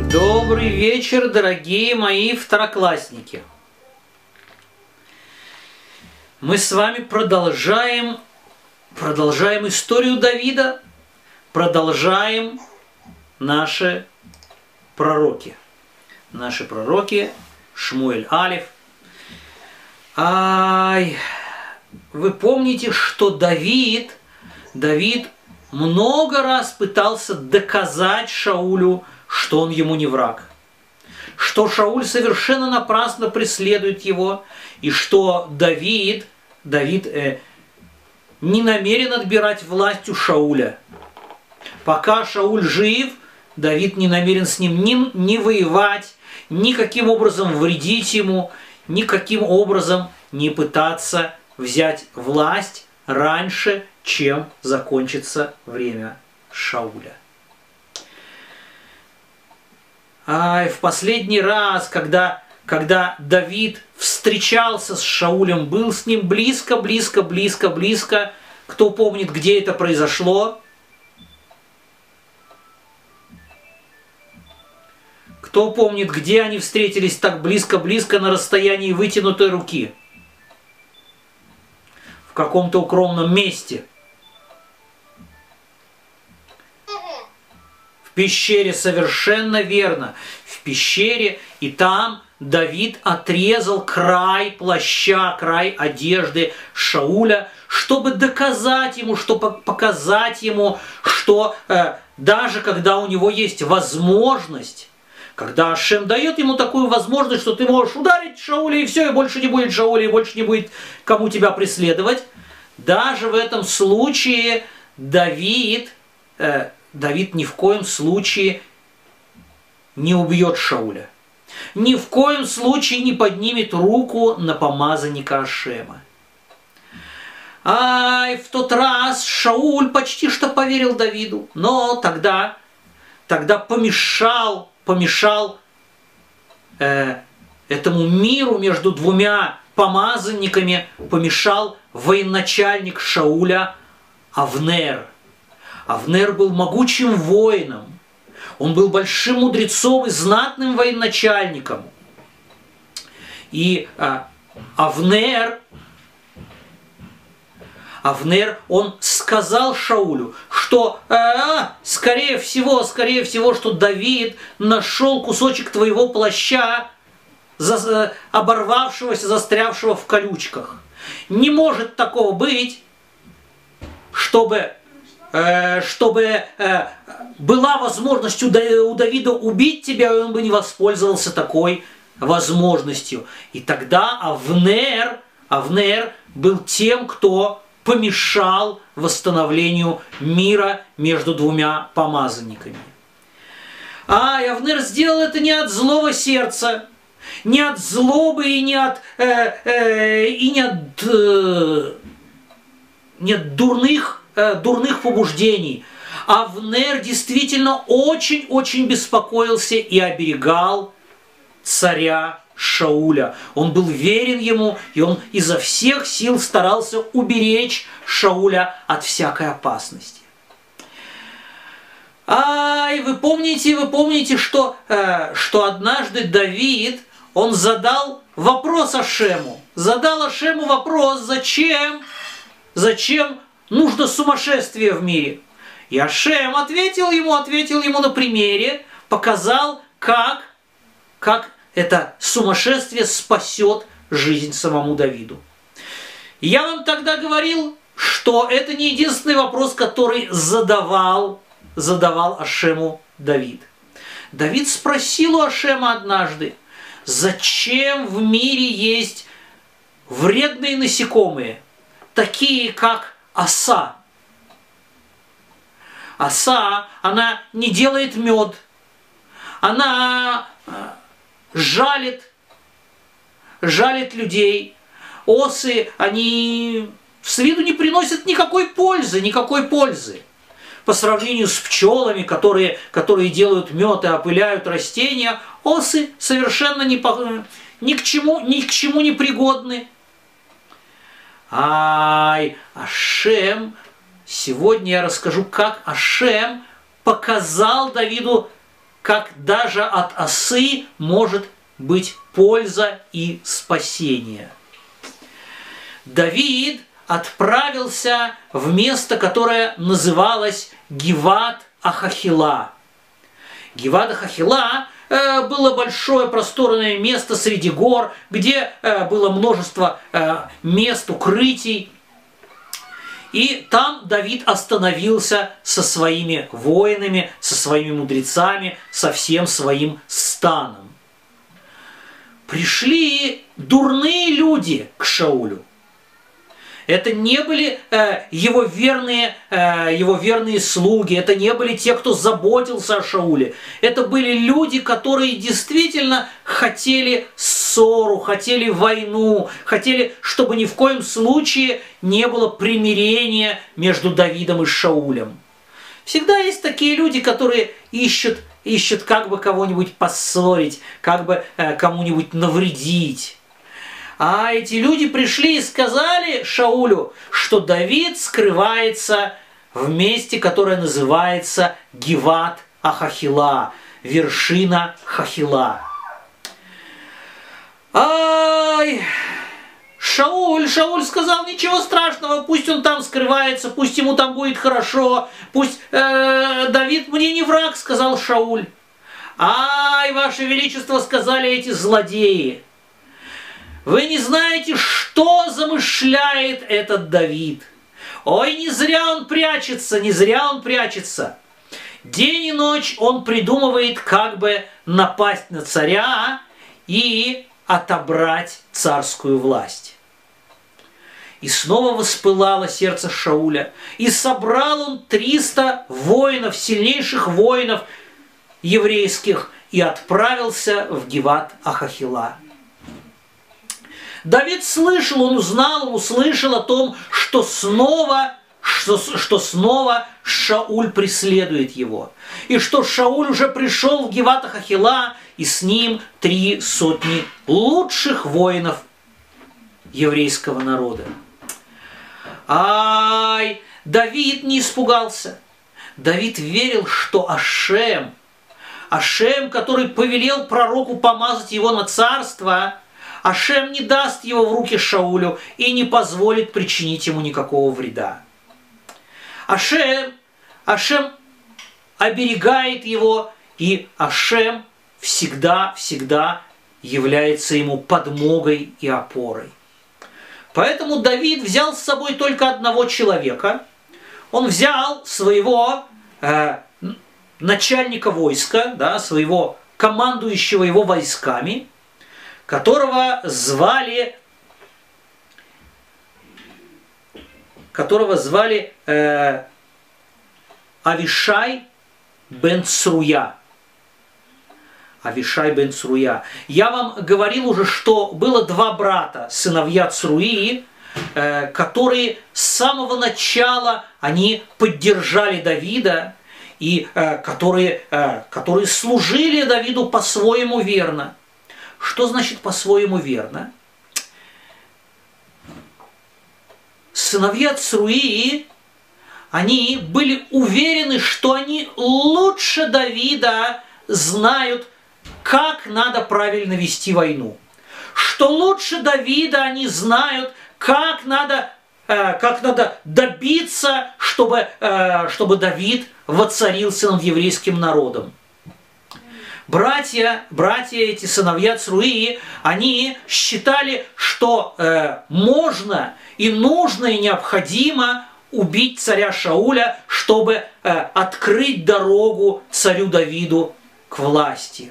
Добрый вечер, дорогие мои второклассники! Мы с вами продолжаем историю Давида, продолжаем наши пророки. Наши пророки Шмуэль Алеф. Вы помните, что Давид много раз пытался доказать Шаулю, что он ему не враг, что Шауль совершенно напрасно преследует его, и что Давид не намерен отбирать власть у Шауля. Пока Шауль жив, Давид не намерен с ним ни воевать, никаким образом вредить ему, никаким образом не пытаться взять власть раньше, чем закончится время Шауля. В последний раз, когда Давид встречался с Шаулем, был с ним близко. Кто помнит, где это произошло? Кто помнит, где они встретились так близко на расстоянии вытянутой руки? В каком-то укромном месте. В пещере, совершенно верно. В пещере, и там Давид отрезал край плаща, край одежды Шауля, чтобы доказать ему, чтобы показать ему, что даже когда у него есть возможность, когда Ашем дает ему такую возможность, что ты можешь ударить Шауля, и все, и больше не будет Шауля, и больше не будет кому тебя преследовать, даже в этом случае Давид ни в коем случае не убьет Шауля. Ни в коем случае не поднимет руку на помазанника Ашема. В тот раз Шауль почти что поверил Давиду, но тогда помешал этому миру между двумя помазанниками, помешал военачальник Шауля Авнер. Авнер был могучим воином, он был большим мудрецом и знатным военачальником. И Авнер, он сказал Шаулю, что скорее всего, что Давид нашел кусочек твоего плаща, оборвавшегося, застрявшего в колючках. Не может такого быть, чтобы была возможность у Давида убить тебя, и он бы не воспользовался такой возможностью. И тогда Авнер был тем, кто помешал восстановлению мира между двумя помазанниками. И Авнер сделал это не от злого сердца, не от злобы и не от дурных побуждений. Авнер действительно очень беспокоился и оберегал царя Шауля. Он был верен ему, и он изо всех сил старался уберечь Шауля от всякой опасности. И вы помните, что однажды Давид, он задал вопрос Ашему. Задал Ашему вопрос, зачем нужно сумасшествие в мире. И Ашем ответил ему на примере, показал, как это сумасшествие спасет жизнь самому Давиду. Я вам тогда говорил, что это не единственный вопрос, который задавал Ашему Давид. Давид спросил у Ашема однажды, зачем в мире есть вредные насекомые, такие как оса. Оса, она не делает мед, она жалит людей. Осы, они с виду не приносят никакой пользы. По сравнению с пчелами, которые делают мед и опыляют растения, осы совершенно ни к чему не пригодны. Ашем, сегодня я расскажу, как Ашем показал Давиду, как даже от осы может быть польза и спасение. Давид отправился в место, которое называлось Гиват-Ахахила. Гиват-Ахахила было большое просторное место среди гор, где было множество мест, укрытий. И там Давид остановился со своими воинами, со своими мудрецами, со всем своим станом. Пришли дурные люди к Шаулю. Это не были его верные слуги, это не были те, кто заботился о Шауле. Это были люди, которые действительно хотели ссору, хотели войну, хотели, чтобы ни в коем случае не было примирения между Давидом и Шаулем. Всегда есть такие люди, которые ищут как бы кого-нибудь поссорить, как бы кому-нибудь навредить. А эти люди пришли и сказали Шаулю, что Давид скрывается в месте, которое называется Гиват-Ахахила, вершина Хахила. Ай! Шауль сказал, ничего страшного, пусть он там скрывается, пусть ему там будет хорошо, пусть Давид мне не враг, сказал Шауль. Ай, Ваше Величество, сказали эти злодеи. Вы не знаете, что замышляет этот Давид. Ой, не зря он прячется, не зря он прячется. День и ночь он придумывает, как бы напасть на царя и отобрать царскую власть. И снова воспылало сердце Шауля, и собрал он 300 воинов, сильнейших воинов еврейских, и отправился в Гиват-Ахахила. Давид слышал, он узнал, он услышал о том, что снова Шауль преследует его. И что Шауль уже пришел в Гиват-Ахахила, и с ним 300 лучших воинов еврейского народа. Ай, Давид не испугался. Давид верил, что Ашем, который повелел пророку помазать его на царство, Ашем не даст его в руки Шаулю и не позволит причинить ему никакого вреда. Ашем оберегает его, и Ашем всегда является ему подмогой и опорой. Поэтому Давид взял с собой только одного человека. Он взял своего начальника войска, да, своего командующего его войсками, которого звали Авишай бен Цруя. Авишай бен Цруя. Я вам говорил уже, что было два брата, сыновья Цруи, которые с самого начала они поддержали Давида, и которые служили Давиду по-своему верно. Что значит по-своему верно? Сыновья Цруи, они были уверены, что они лучше Давида знают, как надо правильно вести войну. Что лучше Давида они знают, как надо добиться, чтобы Давид воцарился над еврейским народом. Братья эти, сыновья Цруи, они считали, что можно и нужно и необходимо убить царя Шауля, чтобы открыть дорогу царю Давиду к власти.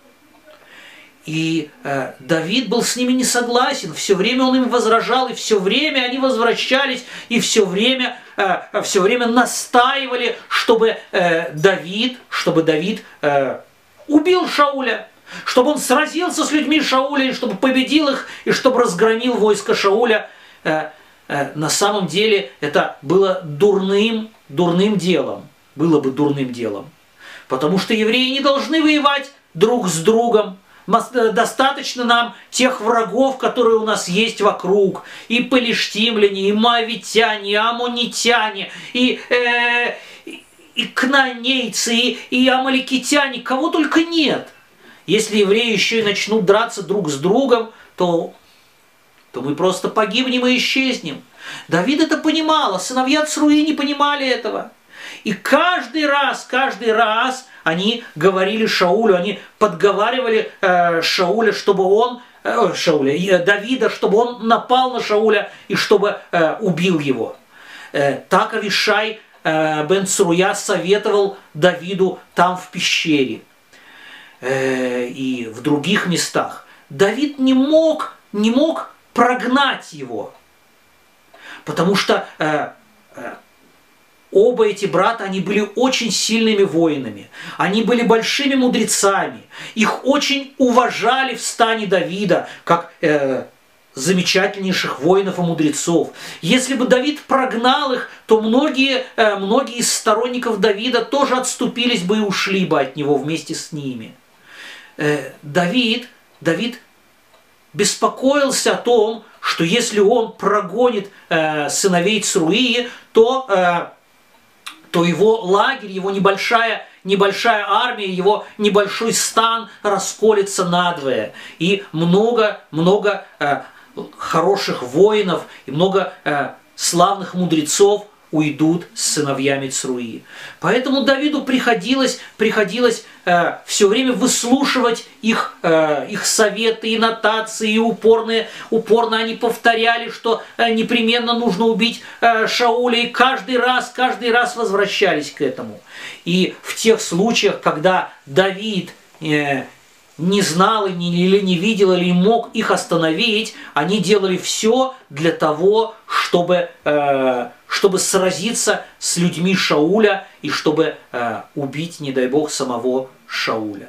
И Давид был с ними не согласен, все время он им возражал, и все время они возвращались, и все время настаивали, чтобы Давид убил Шауля, чтобы он сразился с людьми Шауля, и чтобы победил их, и чтобы разгромил войско Шауля. На самом деле это было дурным делом, потому что евреи не должны воевать друг с другом. Достаточно нам тех врагов, которые у нас есть вокруг, и палештимляне, и моавитяне, и аммонитяне, и и кнаанейцы, и амаликитяне, кого только нет. Если евреи еще и начнут драться друг с другом, то мы просто погибнем и исчезнем. Давид это понимал, а сыновья Цруи не понимали этого. И каждый раз они говорили Шаулю, они подговаривали Шауля, чтобы он, Давида, чтобы он напал на Шауля и чтобы убил его. Так Авишай бен Цруя советовал Давиду там в пещере и в других местах. Давид не мог прогнать его, потому что оба эти брата, они были очень сильными воинами, они были большими мудрецами, их очень уважали в стане Давида, как замечательнейших воинов и мудрецов. Если бы Давид прогнал их, то многие из сторонников Давида тоже отступились бы и ушли бы от него вместе с ними. Давид беспокоился о том, что если он прогонит сыновей Цруи, то его лагерь, его небольшая армия, его небольшой стан расколется надвое. И много хороших воинов и много славных мудрецов уйдут с сыновьями Цруи. Поэтому Давиду приходилось все время выслушивать их советы и нотации, и упорно они повторяли, что непременно нужно убить Шауля, и каждый раз возвращались к этому. И в тех случаях, когда Давид не знал или не видел, или не мог их остановить, они делали все для того, чтобы сразиться с людьми Шауля и чтобы убить, не дай Бог, самого Шауля.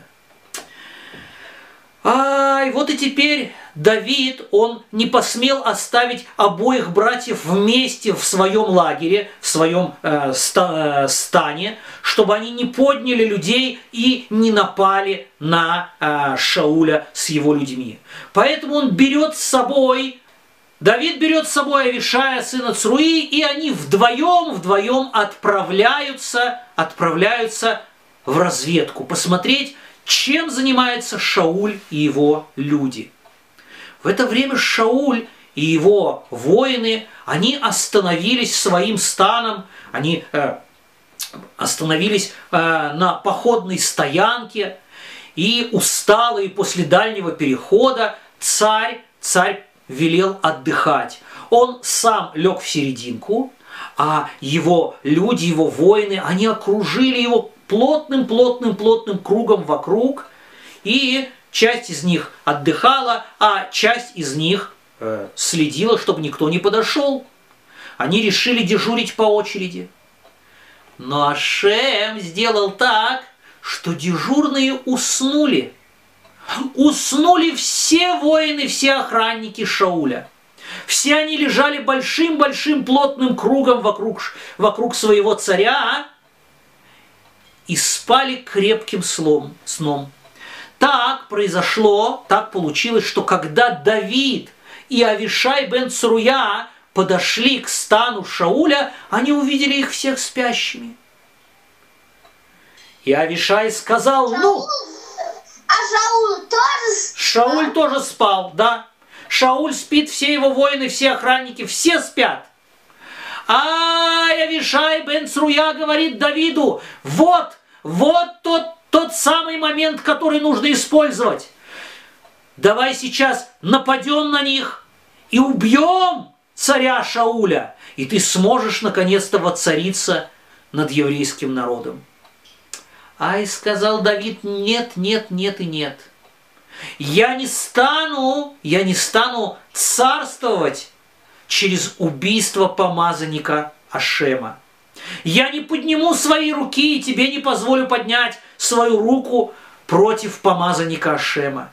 И вот и теперь Давид, он не посмел оставить обоих братьев вместе в своем лагере, в своем стане, чтобы они не подняли людей и не напали на Шауля с его людьми. Поэтому он берет с собой, Давид берет с собой Авишая, сына Цруи, и они вдвоем отправляются в разведку, посмотреть, чем занимается Шауль и его люди. В это время Шауль и его воины, они остановились своим станом, они остановились на походной стоянке, и усталые после дальнего перехода царь велел отдыхать. Он сам лег в серединку, а его люди, его воины, они окружили его плотным кругом вокруг, и часть из них отдыхала, а часть из них следила, чтобы никто не подошел. Они решили дежурить по очереди. Но Ашем сделал так, что дежурные уснули. Уснули все воины, все охранники Шауля. Все они лежали большим плотным кругом вокруг своего царя и спали крепким сном. Так получилось, что когда Давид и Авишай бен Цруя подошли к стану Шауля, они увидели их всех спящими. И Авишай сказал: Шауль тоже спал, да. Шауль спит, все его воины, все охранники, все спят. А Авишай бен Цруя говорит Давиду: вот тот самый момент, который нужно использовать. Давай сейчас нападем на них и убьем царя Шауля, и ты сможешь наконец-то воцариться над еврейским народом. И сказал Давид: нет и нет. Я не стану царствовать через убийство помазанника Ашема. Я не подниму свои руки, и тебе не позволю поднять свою руку против помазанника Ашема.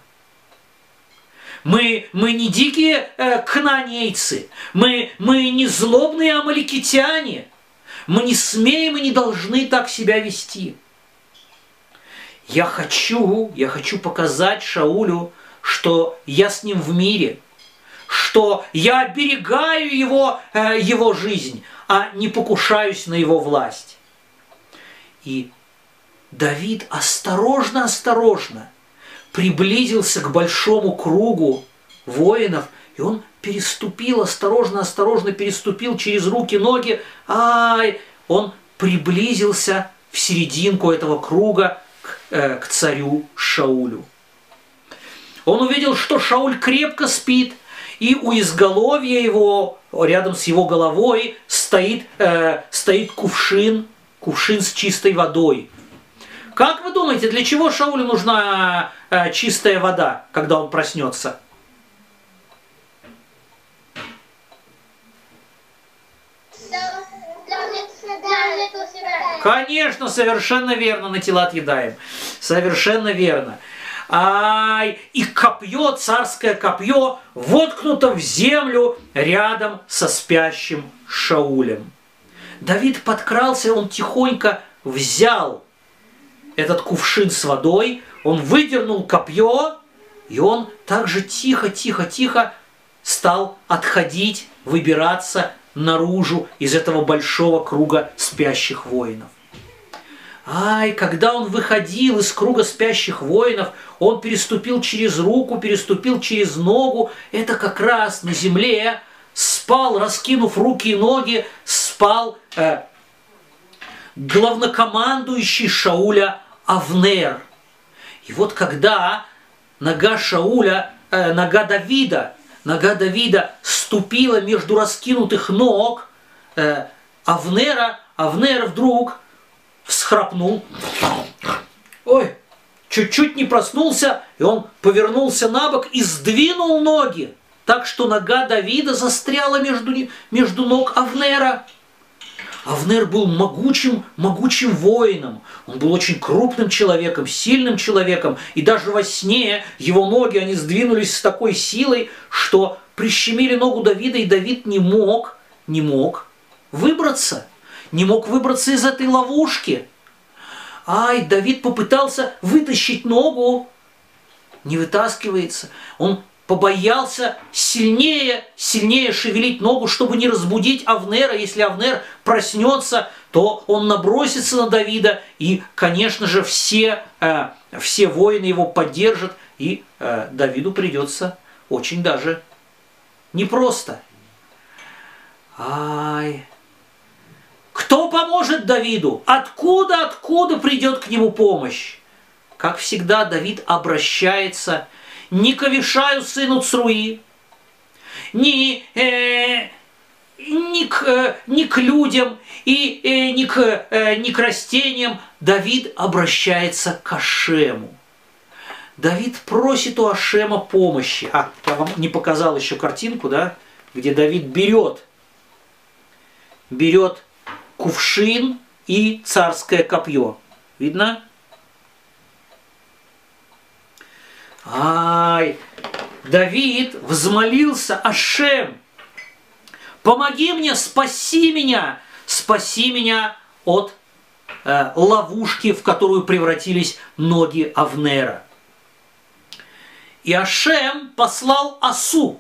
Мы не дикие кнаанейцы, мы не злобные амаликитяне. Мы не смеем и не должны так себя вести. Я хочу показать Шаулю, что я с ним в мире, что я оберегаю его жизнь, а не покушаюсь на его власть. И Давид осторожно приблизился к большому кругу воинов, и он переступил, осторожно переступил через руки, ноги. Он приблизился в серединку этого круга к царю Шаулю. Он увидел, что Шауль крепко спит, и у изголовья его, рядом с его головой, стоит кувшин с чистой водой. Как вы думаете, для чего Шаулю нужна чистая вода, когда он проснется? Конечно, совершенно верно, на тела отъедаем. Совершенно верно. И копье, царское копье, воткнуто в землю рядом со спящим Шаулем. Давид подкрался, он тихонько взял этот кувшин с водой, он выдернул копье, и он также тихо стал отходить, выбираться наружу из этого большого круга спящих воинов. Когда он выходил из круга спящих воинов, он переступил через руку, переступил через ногу. Это как раз на земле спал, раскинув руки и ноги, спал главнокомандующий Шауля Авнер. И вот когда нога Давида ступила между раскинутых ног Авнера, Авнер вдруг всхрапнул. Чуть-чуть не проснулся, и он повернулся на бок и сдвинул ноги, так что нога Давида застряла между ног Авнера. Авнер был могучим воином. Он был очень крупным человеком, сильным человеком. И даже во сне его ноги, они сдвинулись с такой силой, что прищемили ногу Давида, и Давид не мог выбраться. Не мог выбраться из этой ловушки. Давид попытался вытащить ногу. Не вытаскивается. Он побоялся сильнее шевелить ногу, чтобы не разбудить Авнера. Если Авнер проснется, то он набросится на Давида, и, конечно же, все воины его поддержат, и Давиду придется очень даже непросто. Кто поможет Давиду? Откуда придет к нему помощь? Как всегда, Давид обращается не к Авишаю, сыну Цруи, не к людям и не к растениям. Давид обращается к Ашему. Давид просит у Ашема помощи. Я вам не показал еще картинку, да, где Давид берет кувшин и царское копье. Видно? Давид взмолился: Ашем, помоги мне, спаси меня от ловушки, в которую превратились ноги Авнера. И Ашем послал осу,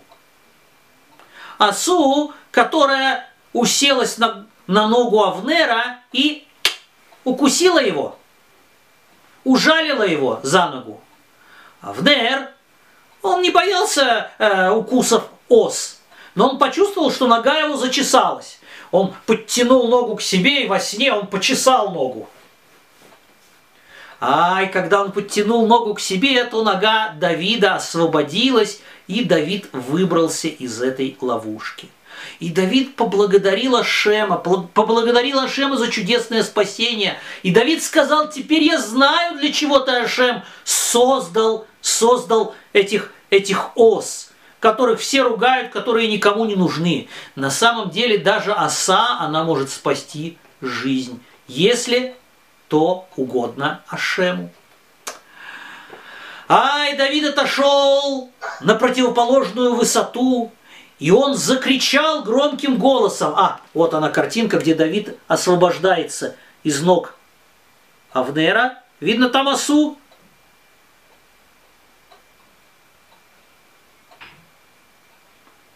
которая уселась на ногу Авнера и укусила его, ужалила его за ногу. Авнер, он не боялся укусов ос, но он почувствовал, что нога его зачесалась. Он подтянул ногу к себе, и во сне он почесал ногу. Когда он подтянул ногу к себе, то нога Давида освободилась, и Давид выбрался из этой ловушки. И Давид поблагодарил Ашема за чудесное спасение. И Давид сказал: теперь я знаю, для чего ты, Ашем, создал этих ос, которых все ругают, которые никому не нужны. На самом деле даже оса, она может спасти жизнь, если то угодно Ашему. Давид отошел на противоположную высоту, и он закричал громким голосом. Вот она картинка, где Давид освобождается из ног Авнера. Видно там осу?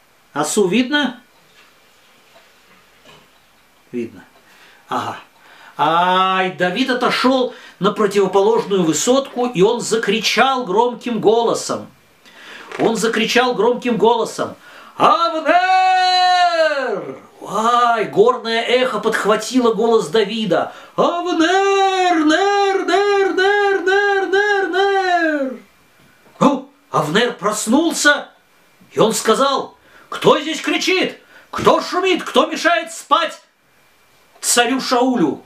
Осу видно? Видно. Ай, Давид отошел на противоположную высотку, и он закричал громким голосом. Он закричал громким голосом: «Авнер!» Ай, горное эхо подхватило голос Давида. «Авнер! Нер! Нер! Нер! Нер! Нер! Нер!» Авнер проснулся, и он сказал: «Кто здесь кричит? Кто шумит? Кто мешает спать царю Шаулю?»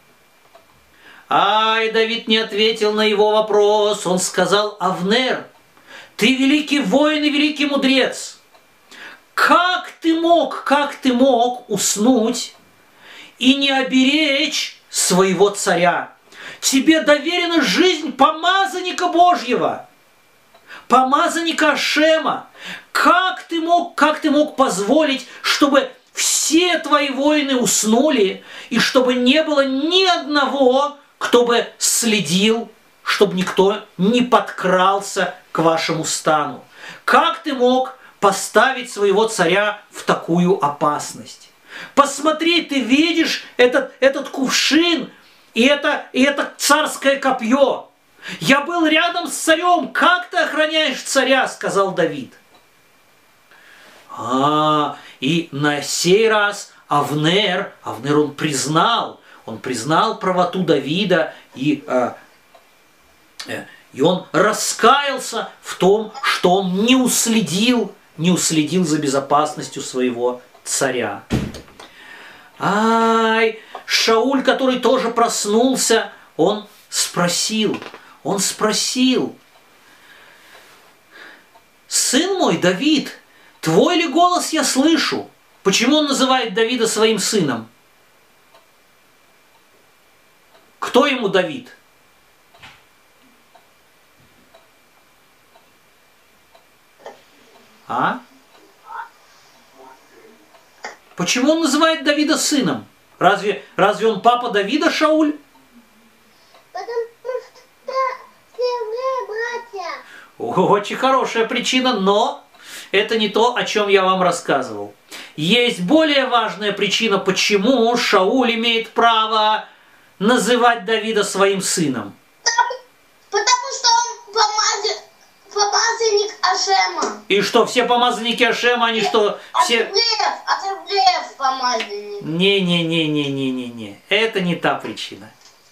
Ай, Давид не ответил на его вопрос. Он сказал: «Авнер, ты великий воин и великий мудрец. Как ты мог уснуть и не оберечь своего царя? Тебе доверена жизнь помазанника Божьего, помазанника Ашема. Как ты мог позволить, чтобы все твои воины уснули, и чтобы не было ни одного, кто бы следил, чтобы никто не подкрался к вашему стану? Как ты мог поставить своего царя в такую опасность? Посмотри, ты видишь этот кувшин и это царское копье. Я был рядом с царем. Как ты охраняешь царя?» — сказал Давид. И на сей раз Авнер он признал правоту Давида, и он раскаялся в том, что он не уследил за безопасностью своего царя. Ай, Шауль, который тоже проснулся, он спросил: «Сын мой, Давид, твой ли голос я слышу?» Почему он называет Давида своим сыном? Кто ему Давид? Почему он называет Давида сыном? Разве он папа Давида, Шауль? Потому что все братья. Очень хорошая причина, но это не то, о чем я вам рассказывал. Есть более важная причина, почему Шауль имеет право называть Давида своим сыном. Потому что он помазанник Ашема. И что, все помазанники Ашема, они что, все... От евреев помазанник. Не. Это не та причина.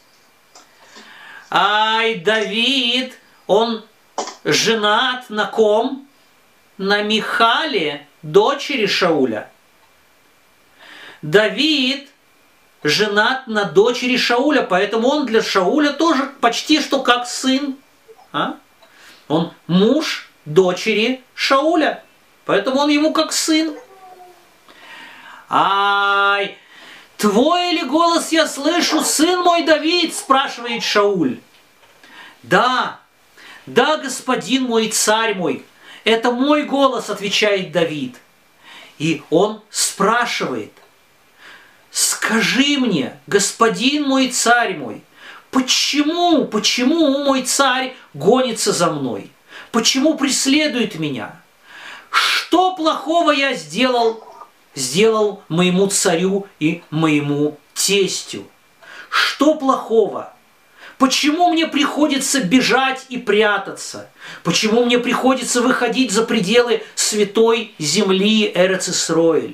Ай, Давид, он женат на ком? На Михале, дочери Шауля. Давид женат на дочери Шауля, поэтому он для Шауля тоже почти что как сын. Он муж дочери Шауля, поэтому он ему как сын. Ай, твой ли голос я слышу, сын мой Давид? Спрашивает Шауль. Да, господин мой, царь мой, это мой голос, отвечает Давид. И он спрашивает: скажи мне, господин мой, царь мой, почему мой царь гонится за мной? Почему преследует меня? Что плохого я сделал моему царю и моему тестю? Что плохого? Почему мне приходится бежать и прятаться? Почему мне приходится выходить за пределы святой земли Эрец-Исроэль?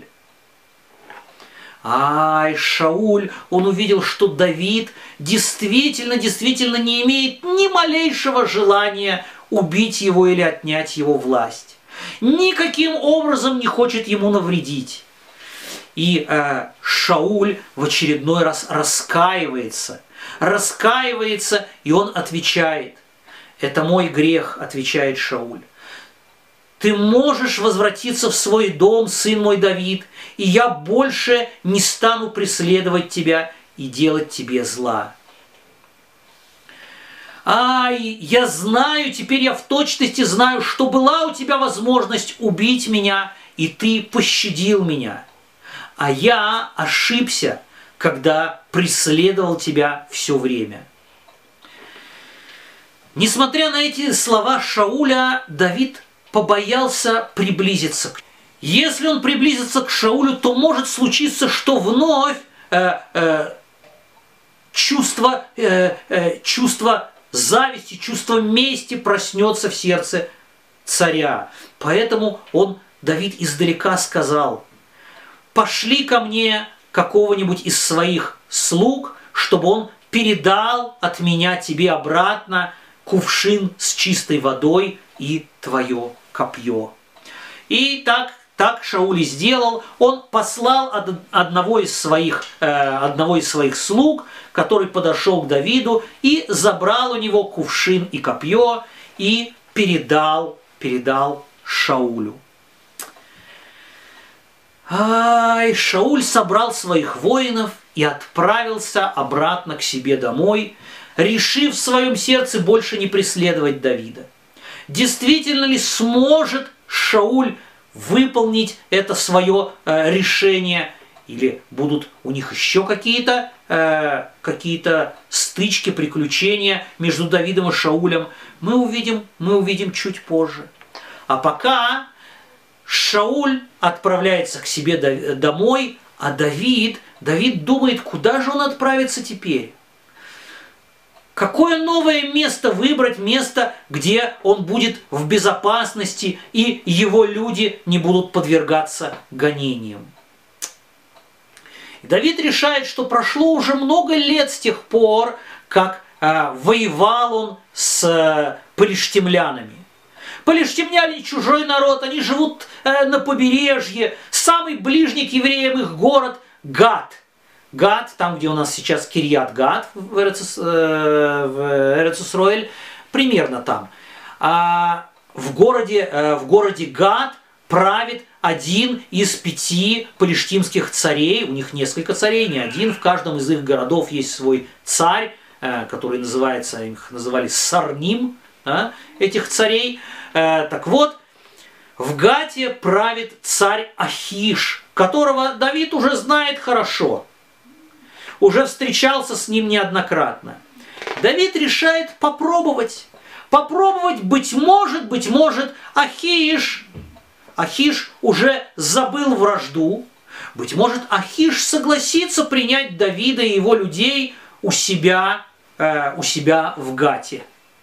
Ай, Шауль, он увидел, что Давид действительно не имеет ни малейшего желания убить его или отнять его власть. Никаким образом не хочет ему навредить. И Шауль в очередной раз раскаивается, и он отвечает: «Это мой грех», отвечает Шауль. «Ты можешь возвратиться в свой дом, сын мой Давид, и я больше не стану преследовать тебя и делать тебе зла». Ай, я знаю, теперь я в точности знаю, что была у тебя возможность убить меня, и ты пощадил меня. А я ошибся, когда преследовал тебя все время. Несмотря на эти слова Шауля, Давид побоялся приблизиться. Если он приблизится к Шаулю, то может случиться, что вновь чувство зависти, чувство мести проснется в сердце царя. Поэтому Давид издалека сказал: пошли ко мне какого-нибудь из своих слуг, чтобы он передал от меня тебе обратно кувшин с чистой водой и твое копье. И так Шауль и сделал. Он послал одного из своих слуг, который подошел к Давиду и забрал у него кувшин и копье и передал Шаулю. Шауль собрал своих воинов и отправился обратно к себе домой, решив в своем сердце больше не преследовать Давида. Действительно ли сможет Шауль выполнить это свое решение, или будут у них еще какие-то стычки, приключения между Давидом и Шаулем, мы увидим чуть позже. А пока Шауль отправляется к себе домой, а Давид думает, куда же он отправится теперь. Какое новое место выбрать, место, где он будет в безопасности и его люди не будут подвергаться гонениям. Давид решает, что прошло уже много лет с тех пор, как воевал он с палештимлянами. Палештимляне чужой народ, они живут на побережье. Самый ближний к евреям их город Гат. Гат, там, где у нас сейчас Кирьят-Гат в Эрец-Исроэль, примерно там. А в городе Гат правит один из 5 палештимских царей. У них несколько царей, не один. В каждом из их городов есть свой царь, который называется, их называли Сарним, этих царей. Так вот, в Гате правит царь Ахиш, которого Давид уже знает хорошо. Уже встречался с ним неоднократно. Давид решает попробовать, быть может, Ахиш уже забыл вражду, быть может, Ахиш согласится принять Давида и его людей у себя в Гате.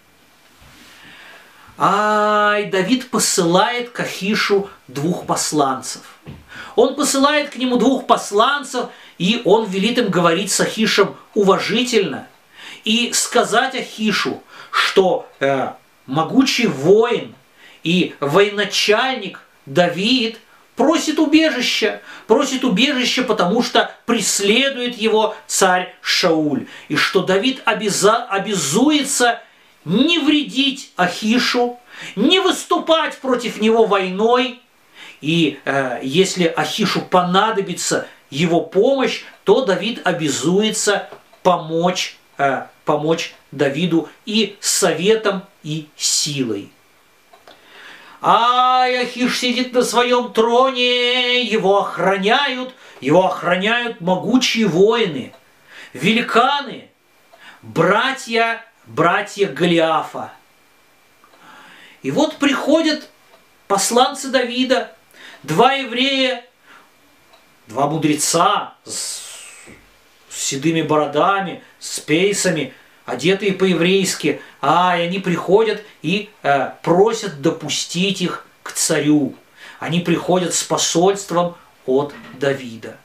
Давид посылает к Ахишу 2 посланцев. Он посылает к нему 2 посланцев, и он велит им говорить с Ахишем уважительно и сказать Ахишу, что могучий воин и военачальник Давид просит убежища, потому что преследует его царь Шауль, и что Давид обязуется не вредить Ахишу, не выступать против него войной, и если Ахишу понадобится его помощь, то Давид обязуется помочь Давиду и советом, и силой. Ахиш сидит на своем троне, его охраняют могучие воины, великаны, братья Голиафа. И вот приходят посланцы Давида, 2 еврея, 2 мудреца с седыми бородами, с пейсами, одетые по-еврейски, и они приходят и просят допустить их к царю. Они приходят с посольством от Давида.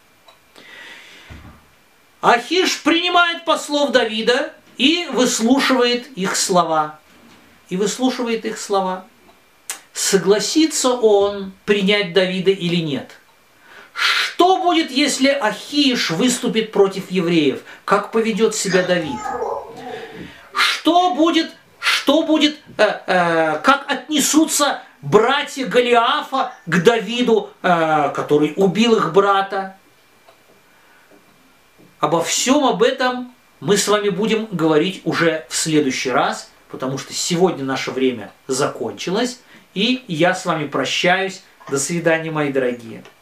Ахиш принимает послов Давида и выслушивает их слова. Согласится он принять Давида или нет? Что будет, если Ахиш выступит против евреев? Как поведет себя Давид? Что будет, как отнесутся братья Голиафа к Давиду, который убил их брата? Обо всем об этом мы с вами будем говорить уже в следующий раз, потому что сегодня наше время закончилось, и я с вами прощаюсь. До свидания, мои дорогие.